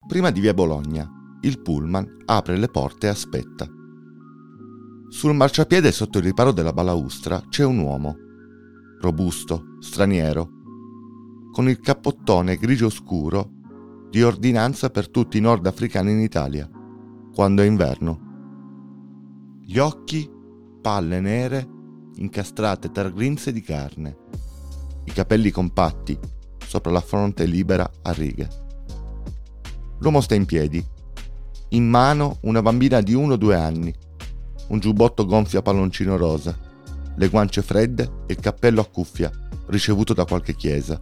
Prima di via Bologna, il pullman apre le porte e aspetta. Sul marciapiede sotto il riparo della balaustra c'è un uomo, robusto, straniero, con il cappottone grigio scuro di ordinanza per tutti i nordafricani in Italia, quando è inverno. Gli occhi, palle nere, incastrate tra grinze di carne, i capelli compatti, sopra la fronte libera a righe. L'uomo sta in piedi, in mano una bambina di 1-2 anni, un giubbotto gonfio a palloncino rosa, le guance fredde e il cappello a cuffia, ricevuto da qualche chiesa.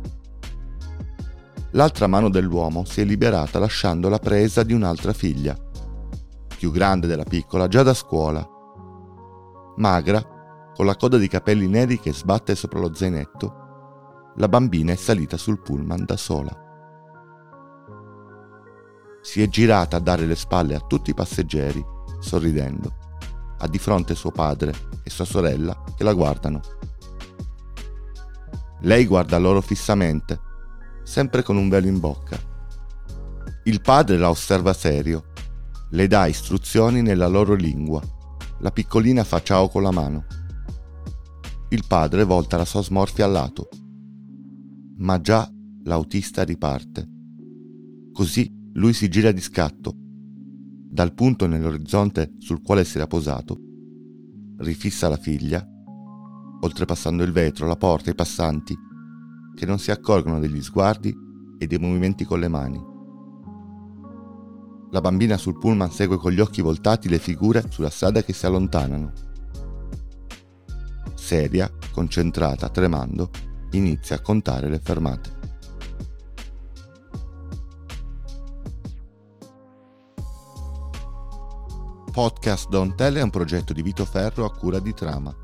L'altra mano dell'uomo si è liberata lasciandola presa di un'altra figlia, più grande della piccola, già da scuola. Magra, con la coda di capelli neri che sbatte sopra lo zainetto, la bambina è salita sul pullman da sola. Si è girata a dare le spalle a tutti i passeggeri, sorridendo. Ha di fronte suo padre e sua sorella che la guardano. Lei guarda loro fissamente, sempre con un velo in bocca. Il padre la osserva serio, le dà istruzioni nella loro lingua. La piccolina fa ciao con la mano. Il padre volta la sua smorfia al lato. Ma già l'autista riparte. Così lui si gira di scatto, dal punto nell'orizzonte sul quale si era posato, rifissa la figlia, oltrepassando il vetro, la porta, i passanti, che non si accorgono degli sguardi e dei movimenti con le mani. La bambina sul pullman segue con gli occhi voltati le figure sulla strada che si allontanano. Seria, concentrata, tremando, inizia a contare le fermate. Podcast Don't Tell è un progetto di Vito Ferro a cura di Trama.